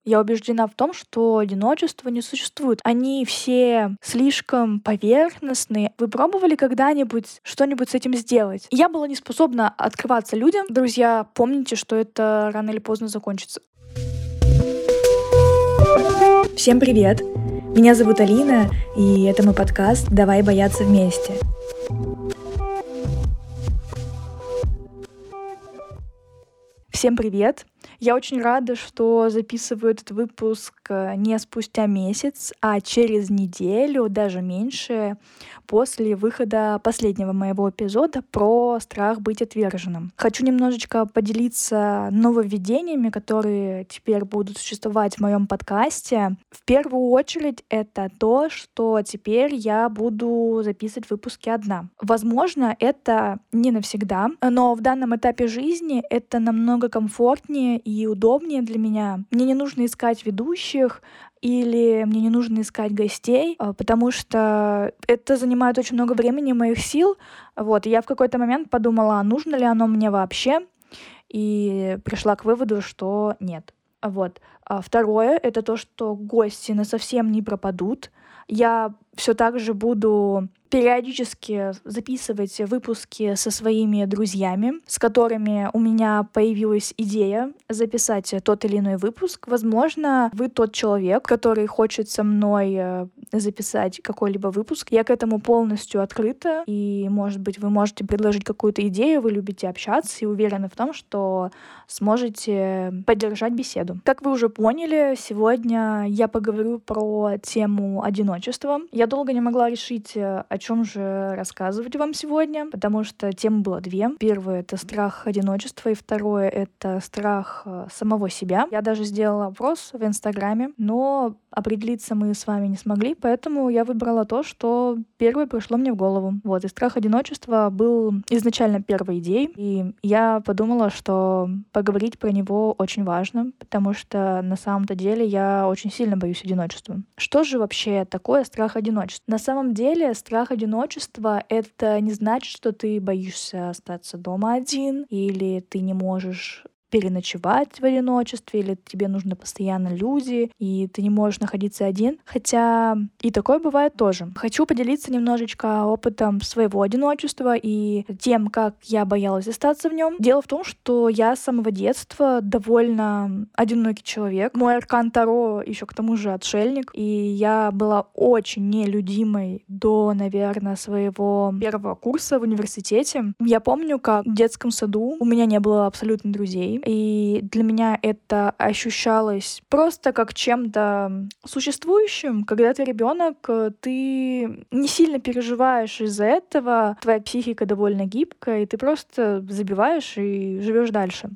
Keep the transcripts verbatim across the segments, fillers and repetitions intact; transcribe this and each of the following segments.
Я убеждена в том, что одиночества не существует. Они все слишком поверхностные. Вы пробовали когда-нибудь что-нибудь с этим сделать? Я была не способна открываться людям. Друзья, помните, что это рано или поздно закончится. Всем привет! Меня зовут Алина, и это мой подкаст «Давай бояться вместе». Всем привет! Я очень рада, что записываю этот выпуск не спустя месяц, а через неделю, даже меньше, после выхода последнего моего эпизода про страх быть отверженным. Хочу немножечко поделиться нововведениями, которые теперь будут существовать в моем подкасте. В первую очередь это то, что теперь я буду записывать выпуски одна. Возможно, это не навсегда, но в данном этапе жизни это намного комфортнее и удобнее для меня. Мне не нужно искать ведущих или мне не нужно искать гостей, потому что это занимает очень много времени и моих сил. Вот, и я в какой-то момент подумала, а нужно ли оно мне вообще, и пришла к выводу, что нет. Вот. А второе — это то, что гости насовсем не пропадут. Я все так же буду периодически записывать выпуски со своими друзьями, с которыми у меня появилась идея записать тот или иной выпуск. Возможно, вы тот человек, который хочет со мной записать какой-либо выпуск. Я к этому полностью открыта, и, может быть, вы можете предложить какую-то идею, вы любите общаться и уверены в том, что сможете поддержать беседу. Как вы уже поняли, сегодня я поговорю про тему одиночества. Я долго не могла решить, о чем же рассказывать вам сегодня, потому что тем было две. Первое — это страх одиночества, и второе — это страх самого себя. Я даже сделала опрос в Инстаграме, но определиться мы с вами не смогли, поэтому я выбрала то, что первое пришло мне в голову. Вот, и страх одиночества был изначально первой идеей, и я подумала, что поговорить про него очень важно, потому что на самом-то деле я очень сильно боюсь одиночества. Что же вообще такое страх одиночества? На самом деле страх одиночества — это не значит, что ты боишься остаться дома один, или ты не можешь переночевать в одиночестве, или тебе нужны постоянно люди, и ты не можешь находиться один. Хотя и такое бывает тоже. Хочу поделиться немножечко опытом своего одиночества и тем, как я боялась остаться в нем. Дело в том, что я с самого детства довольно одинокий человек. Мой аркан Таро еще к тому же отшельник, и я была очень нелюдимой до, наверное, своего первого курса в университете. Я помню, как в детском саду у меня не было абсолютно друзей, и для меня это ощущалось просто как чем-то существующим. Когда ты ребенок, ты не сильно переживаешь из-за этого, твоя психика довольно гибкая, и ты просто забиваешь и живешь дальше.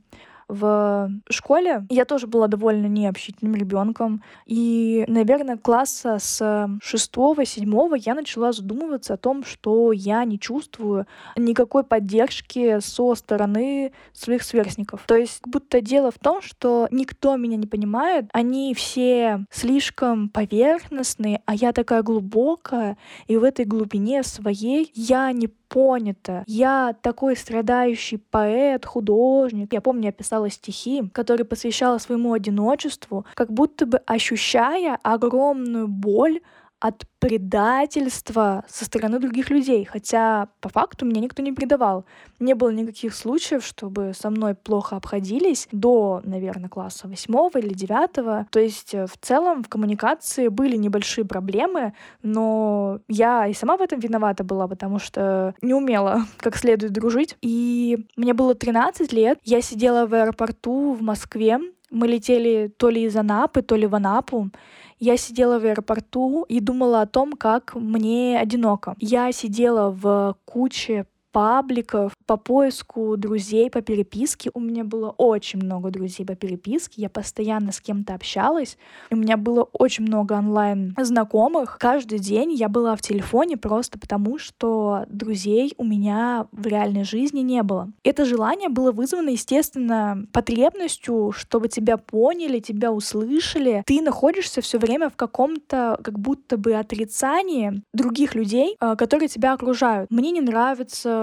В школе я тоже была довольно необщительным ребенком, и, наверное, класса с шестого-седьмого я начала задумываться о том, что я не чувствую никакой поддержки со стороны своих сверстников. То есть как будто дело в том, что никто меня не понимает, они все слишком поверхностные, а я такая глубокая, и в этой глубине своей я не понята. Я такой страдающий поэт, художник. Я помню, я писала стихи, которые посвящала своему одиночеству, как будто бы ощущая огромную боль от предательства со стороны других людей. Хотя по факту меня никто не предавал. Не было никаких случаев, чтобы со мной плохо обходились до, наверное, класса восьмого или девятого. То есть в целом в коммуникации были небольшие проблемы, но я и сама в этом виновата была, потому что не умела как следует дружить. И мне было тринадцать лет, я сидела в аэропорту в Москве, мы летели то ли из Анапы, то ли в Анапу. Я сидела в аэропорту и думала о том, как мне одиноко. Я сидела в куче пабликов по поиску друзей по переписке. У меня было очень много друзей по переписке, я постоянно с кем-то общалась. У меня было очень много онлайн-знакомых. Каждый день я была в телефоне просто потому, что друзей у меня в реальной жизни не было. Это желание было вызвано, естественно, потребностью, чтобы тебя поняли, тебя услышали. Ты находишься все время в каком-то как будто бы отрицании других людей, которые тебя окружают. Мне не нравится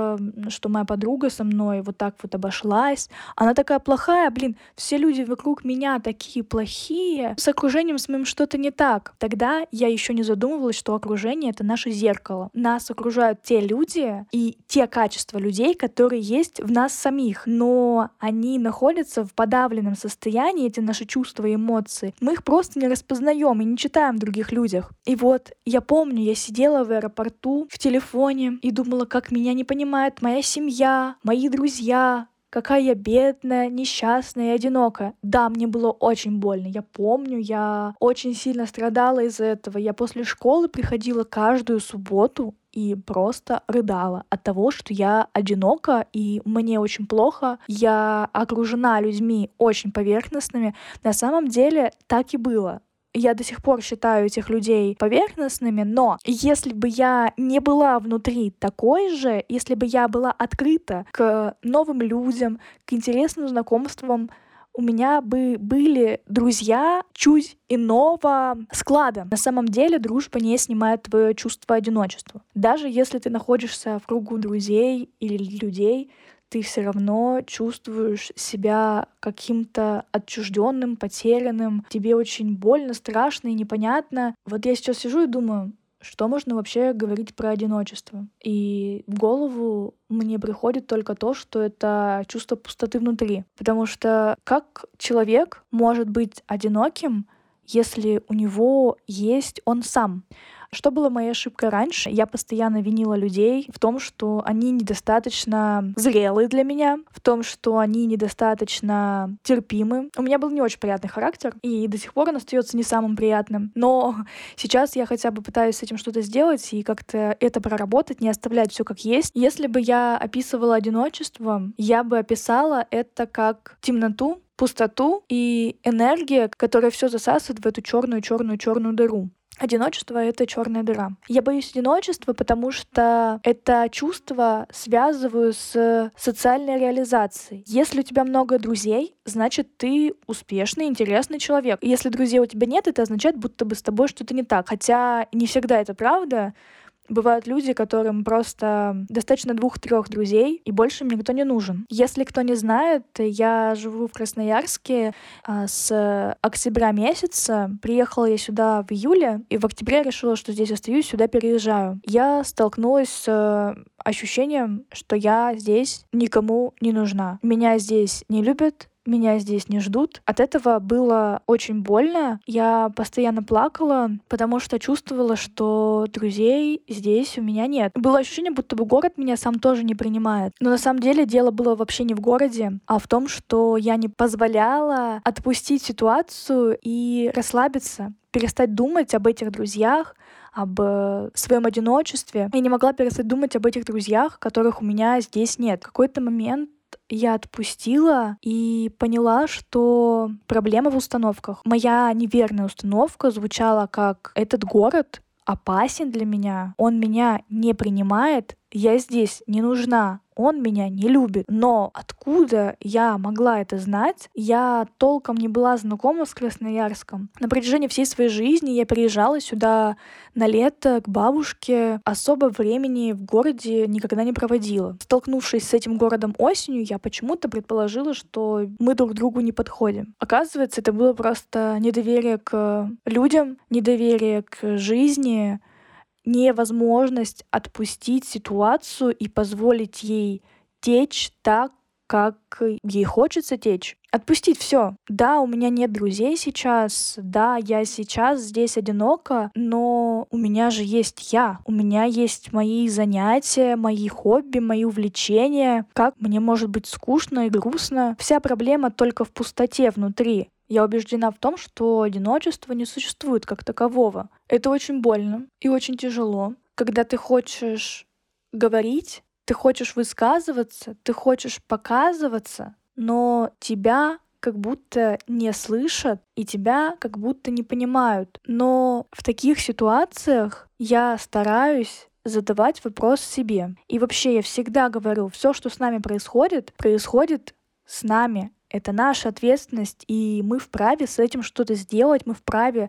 что, что моя подруга со мной вот так вот обошлась. Она такая плохая, блин, все люди вокруг меня такие плохие. С окружением с моим что-то не так. Тогда я еще не задумывалась, что окружение — это наше зеркало. Нас окружают те люди и те качества людей, которые есть в нас самих. Но они находятся в подавленном состоянии, эти наши чувства и эмоции. Мы их просто не распознаем и не читаем в других людях. И вот я помню, я сидела в аэропорту в телефоне и думала, как меня не понимает моя семья, мои друзья, какая я бедная, несчастная и одинокая. Да, мне было очень больно. Я помню, я очень сильно страдала из-за этого. Я после школы приходила каждую субботу и просто рыдала от того, что я одинока и мне очень плохо. Я окружена людьми очень поверхностными. На самом деле так и было. Я до сих пор считаю этих людей поверхностными, но если бы я не была внутри такой же, если бы я была открыта к новым людям, к интересным знакомствам, у меня бы были друзья чуть иного склада. На самом деле дружба не снимает твое чувство одиночества. Даже если ты находишься в кругу друзей или людей, ты все равно чувствуешь себя каким-то отчужденным, потерянным. Тебе очень больно, страшно и непонятно. Вот я сейчас сижу и думаю, что можно вообще говорить про одиночество? И в голову мне приходит только то, что это чувство пустоты внутри. Потому что как человек может быть одиноким, если у него есть он сам? Что было моей ошибкой раньше? Я постоянно винила людей в том, что они недостаточно зрелые для меня, в том, что они недостаточно терпимы. У меня был не очень приятный характер, и до сих пор он остается не самым приятным. Но сейчас я хотя бы пытаюсь с этим что-то сделать и как-то это проработать, не оставлять все как есть. Если бы я описывала одиночество, я бы описала это как темноту, пустоту и энергия, которая все засасывает в эту черную, черную, черную дыру. Одиночество — это черная дыра. Я боюсь одиночества, потому что это чувство связываю с социальной реализацией. Если у тебя много друзей, значит, ты успешный, интересный человек. Если друзей у тебя нет, это означает, будто бы с тобой что-то не так. Хотя не всегда это правда. Бывают люди, которым просто достаточно двух-трех друзей, и больше им никто не нужен. Если кто не знает, я живу в Красноярске а, с октября месяца. Приехала я сюда в июле, и в октябре решила, что здесь остаюсь, сюда переезжаю. Я столкнулась с ощущением, что я здесь никому не нужна. Меня здесь не любят, меня здесь не ждут. От этого было очень больно. Я постоянно плакала, потому что чувствовала, что друзей здесь у меня нет. Было ощущение, будто бы город меня сам тоже не принимает. Но на самом деле дело было вообще не в городе, а в том, что я не позволяла отпустить ситуацию и расслабиться, перестать думать об этих друзьях, об э, своем одиночестве. Я не могла перестать думать об этих друзьях, которых у меня здесь нет. В какой-то момент я отпустила и поняла, что проблема в установках. Моя неверная установка звучала как «этот город опасен для меня, он меня не принимает, я здесь не нужна, он меня не любит». Но откуда я могла это знать? Я толком не была знакома с Красноярском. На протяжении всей своей жизни я приезжала сюда на лето к бабушке. Особо времени в городе никогда не проводила. Столкнувшись с этим городом осенью, я почему-то предположила, что мы друг другу не подходим. Оказывается, это было просто недоверие к людям, недоверие к жизни, невозможность отпустить ситуацию и позволить ей течь так, как ей хочется течь. Отпустить все. Да, у меня нет друзей сейчас, да, я сейчас здесь одинока, но у меня же есть я. У меня есть мои занятия, мои хобби, мои увлечения. Как мне может быть скучно и грустно? Вся проблема только в пустоте внутри. Я убеждена в том, что одиночество не существует как такового. Это очень больно и очень тяжело, когда ты хочешь говорить, ты хочешь высказываться, ты хочешь показываться, но тебя как будто не слышат и тебя как будто не понимают. Но в таких ситуациях я стараюсь задавать вопрос себе. И вообще я всегда говорю, все, что с нами происходит, происходит с нами. Это наша ответственность, и мы вправе с этим что-то сделать, мы вправе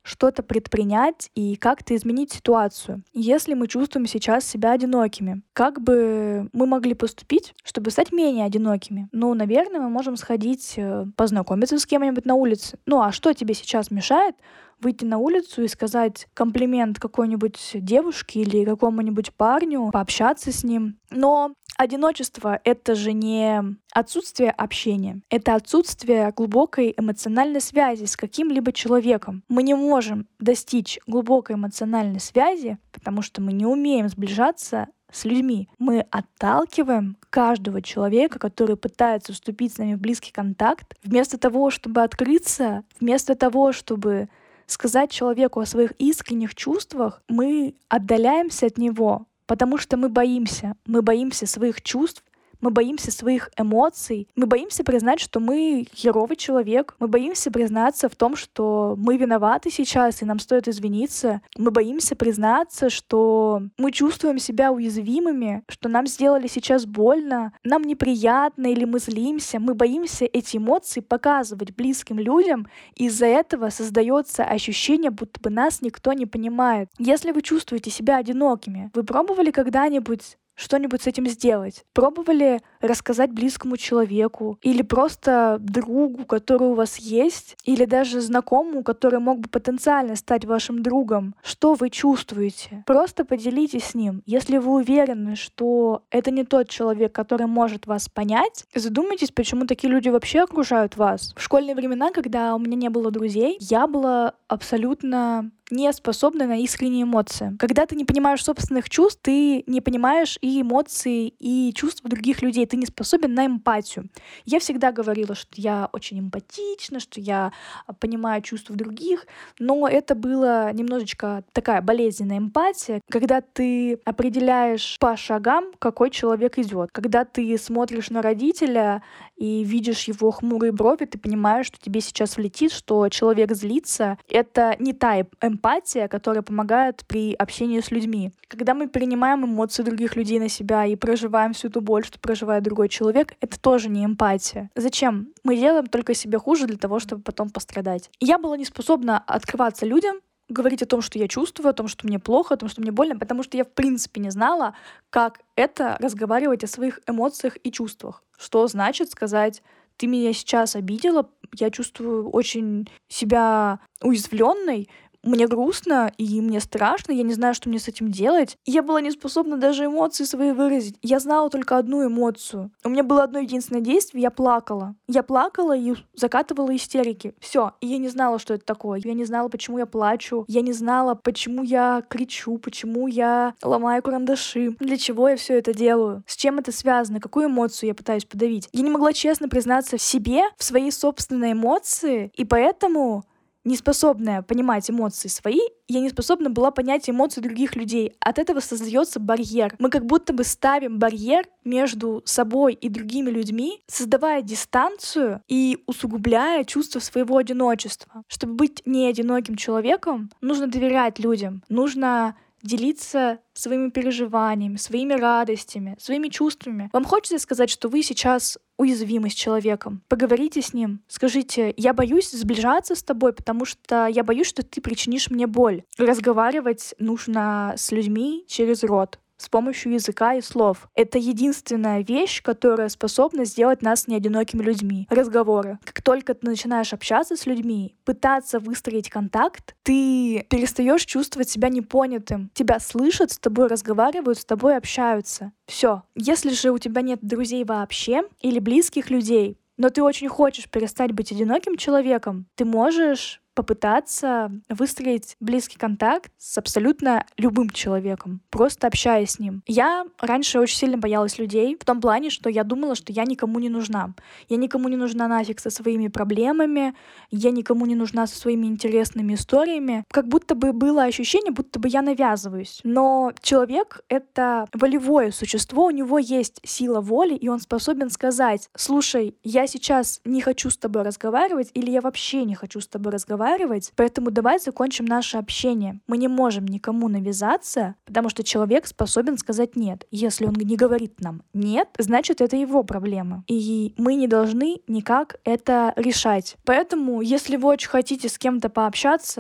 что-то предпринять и как-то изменить ситуацию. Если мы чувствуем сейчас себя одинокими, как бы мы могли поступить, чтобы стать менее одинокими? Ну, наверное, мы можем сходить, э, познакомиться с кем-нибудь на улице. Ну, а что тебе сейчас мешает выйти на улицу и сказать комплимент какой-нибудь девушке или какому-нибудь парню, пообщаться с ним? Но одиночество — это же не отсутствие общения, это отсутствие глубокой эмоциональной связи с каким-либо человеком. Мы не можем достичь глубокой эмоциональной связи, потому что мы не умеем сближаться с людьми. Мы отталкиваем каждого человека, который пытается вступить с нами в близкий контакт, вместо того, чтобы открыться, вместо того, чтобы сказать человеку о своих искренних чувствах, мы отдаляемся от него, потому что мы боимся. Мы боимся своих чувств, мы боимся своих эмоций, мы боимся признать, что мы херовый человек, мы боимся признаться в том, что мы виноваты сейчас, и нам стоит извиниться. Мы боимся признаться, что мы чувствуем себя уязвимыми, что нам сделали сейчас больно, нам неприятно или мы злимся. Мы боимся эти эмоции показывать близким людям, и из-за этого создается ощущение, будто бы нас никто не понимает. Если вы чувствуете себя одинокими, вы пробовали когда-нибудь что-нибудь с этим сделать? Пробовали рассказать близкому человеку или просто другу, который у вас есть, или даже знакомому, который мог бы потенциально стать вашим другом? Что вы чувствуете? Просто поделитесь с ним. Если вы уверены, что это не тот человек, который может вас понять, задумайтесь, почему такие люди вообще окружают вас. В школьные времена, когда у меня не было друзей, я была абсолютно не способна на искренние эмоции. Когда ты не понимаешь собственных чувств, ты не понимаешь и эмоции, и чувства других людей. Ты не способен на эмпатию. Я всегда говорила, что я очень эмпатична, что я понимаю чувства других, но это было немножечко такая болезненная эмпатия, когда ты определяешь по шагам, какой человек идет. Когда ты смотришь на родителя и видишь его хмурые брови, ты понимаешь, что тебе сейчас влетит, что человек злится. Это не та эмпатия, которая помогает при общении с людьми. Когда мы принимаем эмоции других людей на себя и проживаем всю ту боль, что проживает другой человек, это тоже не эмпатия. Зачем? Мы делаем только себе хуже для того, чтобы потом пострадать. И я была не способна открываться людям, говорить о том, что я чувствую, о том, что мне плохо, о том, что мне больно, потому что я в принципе не знала, как это разговаривать о своих эмоциях и чувствах. Что значит сказать: ты меня сейчас обидела, я чувствую очень себя уязвленной, мне грустно и мне страшно, я не знаю, что мне с этим делать. И я была не способна даже эмоции свои выразить. Я знала только одну эмоцию. У меня было одно единственное действие — я плакала. Я плакала и закатывала истерики. Все. И я не знала, что это такое. Я не знала, почему я плачу. Я не знала, почему я кричу, почему я ломаю карандаши. Для чего я все это делаю? С чем это связано? Какую эмоцию я пытаюсь подавить? Я не могла честно признаться в себе, в свои собственные эмоции, и поэтому, неспособная понимать эмоции свои, я не способна была понять эмоции других людей. От этого создается барьер. Мы как будто бы ставим барьер между собой и другими людьми, создавая дистанцию и усугубляя чувство своего одиночества. Чтобы быть не одиноким человеком, нужно доверять людям, нужно делиться своими переживаниями, своими радостями, своими чувствами. Вам хочется сказать, что вы сейчас уязвимы с человеком? Поговорите с ним. Скажите: я боюсь сближаться с тобой, потому что я боюсь, что ты причинишь мне боль. Разговаривать нужно с людьми через рот, с помощью языка и слов. Это единственная вещь, которая способна сделать нас неодинокими людьми. Разговоры. Как только ты начинаешь общаться с людьми, пытаться выстроить контакт, ты перестаешь чувствовать себя непонятым. Тебя слышат, с тобой разговаривают, с тобой общаются. Все. Если же у тебя нет друзей вообще или близких людей, но ты очень хочешь перестать быть одиноким человеком, ты можешь попытаться выстроить близкий контакт с абсолютно любым человеком, просто общаясь с ним. Я раньше очень сильно боялась людей, в том плане, что я думала, что я никому не нужна. Я никому не нужна нафиг со своими проблемами, я никому не нужна со своими интересными историями. Как будто бы было ощущение, будто бы я навязываюсь. Но человек — это волевое существо, у него есть сила воли, и он способен сказать: слушай, я сейчас не хочу с тобой разговаривать, или я вообще не хочу с тобой разговаривать, поэтому давай закончим наше общение. Мы не можем никому навязаться, потому что человек способен сказать «нет». Если он не говорит нам «нет», значит, это его проблема. И мы не должны никак это решать. Поэтому, если вы очень хотите с кем-то пообщаться,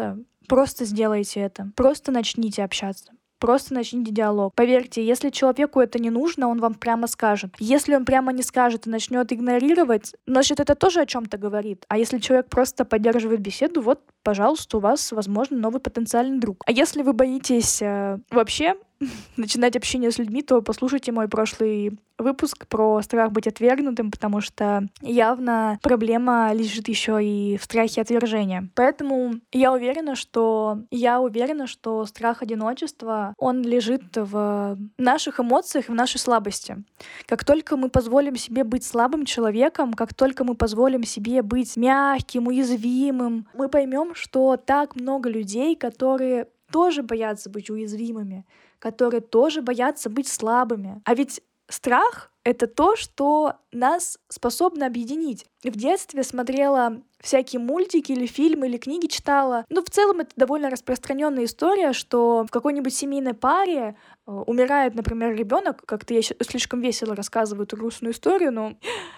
Просто сделайте это. Просто начните общаться. Просто начните диалог. Поверьте, если человеку это не нужно, он вам прямо скажет. Если он прямо не скажет и начнет игнорировать, значит, это тоже о чем-то говорит. А если человек просто поддерживает беседу, вот, пожалуйста, у вас, возможно, новый потенциальный друг. А если вы боитесь э, вообще начинать общение с людьми, то послушайте мой прошлый выпуск про страх быть отвергнутым, потому что явно проблема лежит еще и в страхе отвержения. Поэтому я уверена, что я уверена, что страх одиночества, он лежит в наших эмоциях и в нашей слабости. Как только мы позволим себе быть слабым человеком, как только мы позволим себе быть мягким, уязвимым, мы поймем, что так много людей, которые тоже боятся быть уязвимыми, которые тоже боятся быть слабыми. А ведь страх — это то, что нас способно объединить. В детстве смотрела всякие мультики или фильмы, или книги читала. Ну, в целом, это довольно распространенная история, что в какой-нибудь семейной паре э, умирает, например, ребенок. Как-то я щ- слишком весело рассказываю эту грустную историю, но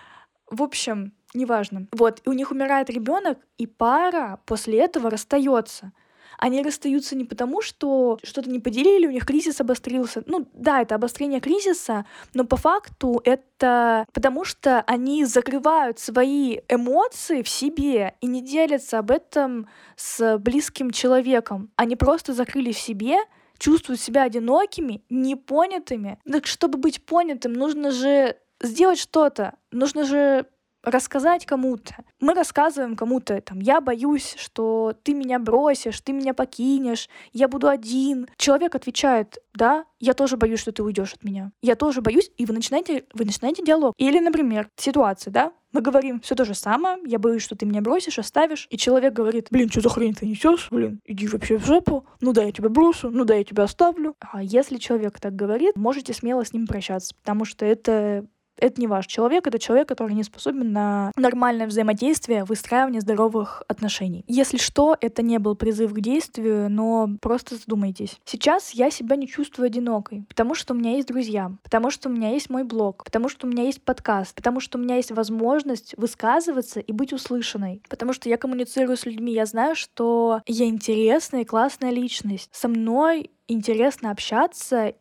в общем, неважно. Вот, и у них умирает ребенок, и пара после этого расстается. Они расстаются не потому, что что-то не поделили, у них кризис обострился. Ну да, это обострение кризиса, но по факту это потому, что они закрывают свои эмоции в себе и не делятся об этом с близким человеком. Они просто закрыли в себе, чувствуют себя одинокими, непонятыми. Так чтобы быть понятым, нужно же сделать что-то, нужно же рассказать кому-то. Мы рассказываем кому-то, там, я боюсь, что ты меня бросишь, ты меня покинешь, я буду один. Человек отвечает, да, я тоже боюсь, что ты уйдешь от меня. Я тоже боюсь, и вы начинаете, вы начинаете диалог. Или, например, ситуация, да, мы говорим все то же самое, я боюсь, что ты меня бросишь, оставишь, и человек говорит, блин, что за хрень ты несешь, блин, иди вообще в жопу, ну да, я тебя брошу, ну да, я тебя оставлю. А если человек так говорит, можете смело с ним прощаться, потому что это Это не ваш человек, это человек, который не способен на нормальное взаимодействие, выстраивание здоровых отношений. Если что, это не был призыв к действию, но просто задумайтесь. Сейчас я себя не чувствую одинокой, потому что у меня есть друзья, потому что у меня есть мой блог, потому что у меня есть подкаст, потому что у меня есть возможность высказываться и быть услышанной, потому что я коммуницирую с людьми, я знаю, что я интересная и классная личность. Со мной интересно общаться,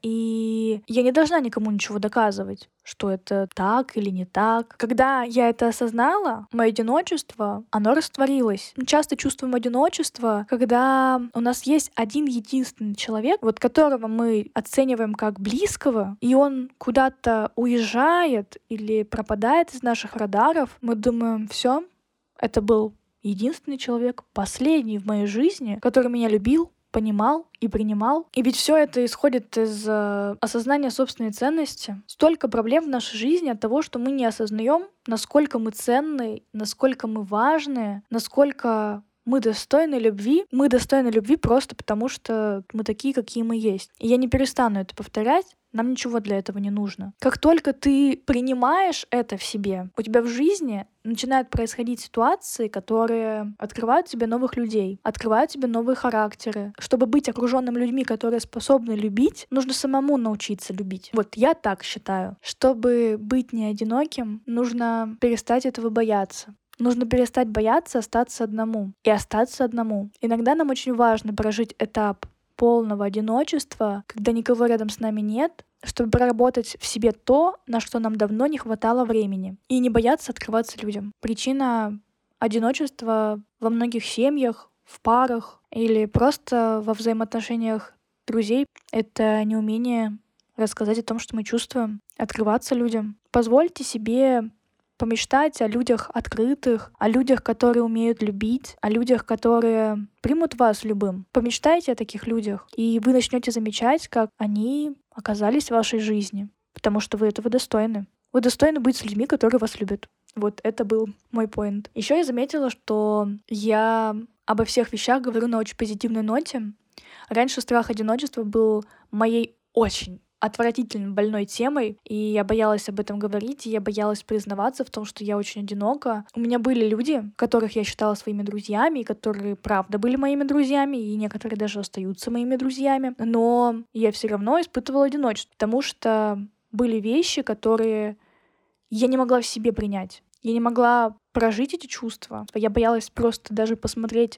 и я не должна никому ничего доказывать, что это так или не так. Когда я это осознала, мое одиночество, оно растворилось. Мы часто чувствуем одиночество, когда у нас есть один единственный человек, вот которого мы оцениваем как близкого, и он куда-то уезжает или пропадает из наших радаров. Мы думаем, все, это был единственный человек, последний в моей жизни, который меня любил, понимал и принимал. И ведь все это исходит из э, осознания собственной ценности. Столько проблем в нашей жизни от того, что мы не осознаем, насколько мы ценны, насколько мы важны, насколько мы достойны любви. Мы достойны любви просто потому, что мы такие, какие мы есть. И я не перестану это повторять. Нам ничего для этого не нужно. Как только ты принимаешь это в себе, у тебя в жизни начинают происходить ситуации, которые открывают тебе новых людей, открывают тебе новые характеры. Чтобы быть окруженным людьми, которые способны любить, нужно самому научиться любить. Вот я так считаю. Чтобы быть не одиноким, нужно перестать этого бояться. Нужно перестать бояться остаться одному. И остаться одному. Иногда нам очень важно прожить этап полного одиночества, когда никого рядом с нами нет, чтобы проработать в себе то, на что нам давно не хватало времени. И не бояться открываться людям. Причина одиночества во многих семьях, в парах или просто во взаимоотношениях друзей — это неумение рассказать о том, что мы чувствуем, открываться людям. Позвольте себе помечтать о людях открытых, о людях, которые умеют любить, о людях, которые примут вас любым. Помечтайте о таких людях, и вы начнете замечать, как они оказались в вашей жизни, потому что вы этого достойны. Вы достойны быть с людьми, которые вас любят. Вот это был мой поинт. Еще я заметила, что я обо всех вещах говорю на очень позитивной ноте. Раньше страх одиночества был моей очень отвратительно больной темой, и я боялась об этом говорить, и я боялась признаваться в том, что я очень одинока. У меня были люди, которых я считала своими друзьями, и которые правда были моими друзьями, и некоторые даже остаются моими друзьями, но я все равно испытывала одиночество, потому что были вещи, которые я не могла в себе принять. Я не могла прожить эти чувства. Я боялась просто даже посмотреть в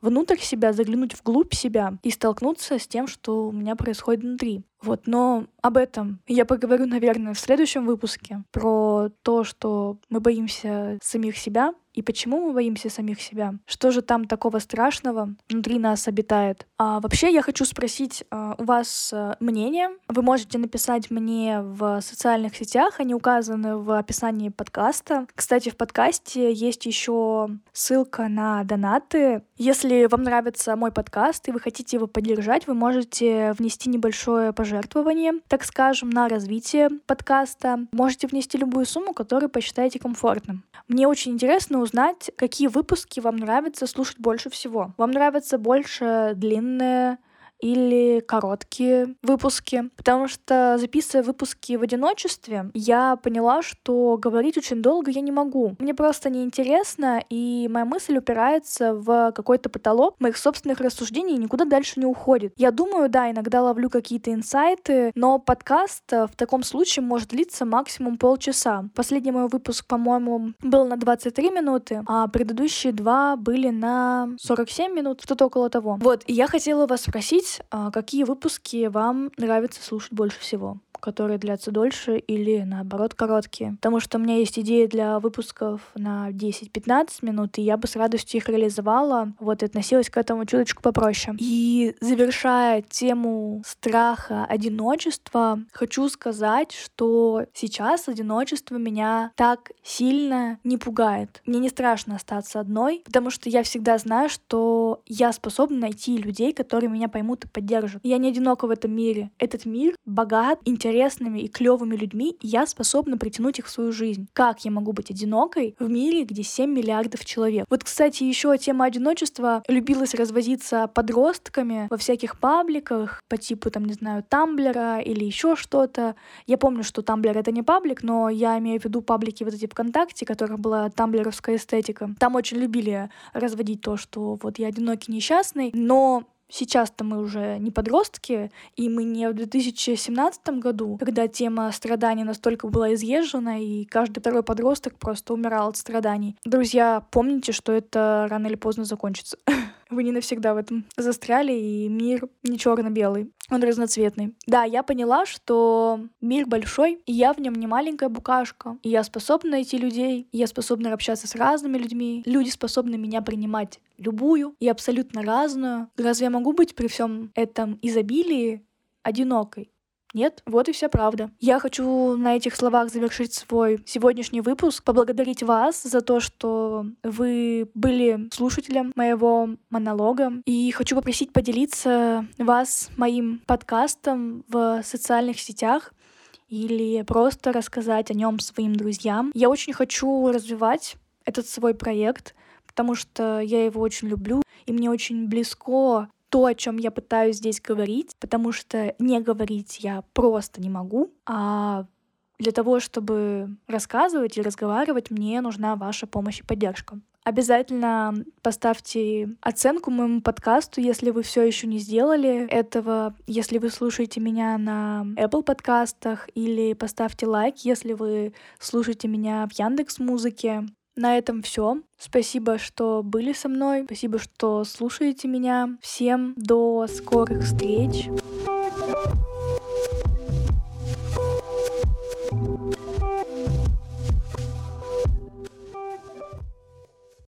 внутрь себя, заглянуть вглубь себя и столкнуться с тем, что у меня происходит внутри. Вот, но об этом я поговорю, наверное, в следующем выпуске, про то, что мы боимся самих себя и почему мы боимся самих себя, что же там такого страшного внутри нас обитает. А вообще я хочу спросить а, у вас а, мнение. Вы можете написать мне в социальных сетях, они указаны в описании подкаста. Кстати, в подкасте есть еще ссылка на донаты. Если вам нравится мой подкаст и вы хотите его поддержать, вы можете внести небольшое пожертвование, так скажем, на развитие подкаста. Можете внести любую сумму, которую посчитаете комфортным. Мне очень интересно узнать, какие выпуски вам нравится слушать больше всего. Вам нравятся больше длинные или короткие выпуски, потому что, записывая выпуски в одиночестве, я поняла, что говорить очень долго я не могу. Мне просто неинтересно, и моя мысль упирается в какой-то потолок моих собственных рассуждений и никуда дальше не уходит. Я думаю, да, иногда ловлю какие-то инсайты, но подкаст в таком случае может длиться максимум полчаса. Последний мой выпуск, по-моему, был на двадцать три минуты, а предыдущие два были на сорок семь минут, что-то около того. Вот, и я хотела вас спросить, какие выпуски вам нравится слушать больше всего, которые длятся дольше или, наоборот, короткие. Потому что у меня есть идеи для выпусков на десять-пятнадцать минут, и я бы с радостью их реализовала, вот, и относилась к этому чуточку попроще. И завершая тему страха одиночества, хочу сказать, что сейчас одиночество меня так сильно не пугает. Мне не страшно остаться одной, потому что я всегда знаю, что я способна найти людей, которые меня поймут и поддержат. Я не одинока в этом мире. Этот мир богат, интересными и клевыми людьми, и я способна притянуть их в свою жизнь. Как я могу быть одинокой в мире, где семь миллиардов человек? Вот, кстати, еще тема одиночества любилась развозиться подростками во всяких пабликах по типу, там, не знаю, Тамблера или еще что-то. Я помню, что Тамблер — это не паблик, но я имею в виду паблики вот эти ВКонтакте, в которых была тамблеровская эстетика. Там очень любили разводить то, что вот я одинокий, несчастный, но сейчас-то мы уже не подростки, и мы не в две тысячи семнадцатом году, когда тема страданий настолько была изъезжена, и каждый второй подросток просто умирал от страданий. Друзья, помните, что это рано или поздно закончится. Вы не навсегда в этом застряли, и мир не черно-белый, он разноцветный. Да, я поняла, что мир большой, и я в нем не маленькая букашка. И я способна найти людей, и я способна общаться с разными людьми. Люди способны меня принимать любую и абсолютно разную. Разве я могу быть при всем этом изобилии одинокой? Нет, вот и вся правда. Я хочу на этих словах завершить свой сегодняшний выпуск, поблагодарить вас за то, что вы были слушателем моего монолога, и хочу попросить поделиться вас моим подкастом в социальных сетях или просто рассказать о нем своим друзьям. Я очень хочу развивать этот свой проект, потому что я его очень люблю, и мне очень близко то, о чем я пытаюсь здесь говорить, потому что не говорить я просто не могу, а для того, чтобы рассказывать и разговаривать, мне нужна ваша помощь и поддержка. Обязательно поставьте оценку моему подкасту, если вы все еще не сделали этого, если вы слушаете меня на Apple подкастах, или поставьте лайк, если вы слушаете меня в Яндекс.Музыке. На этом все. Спасибо, что были со мной. Спасибо, что слушаете меня. Всем до скорых встреч.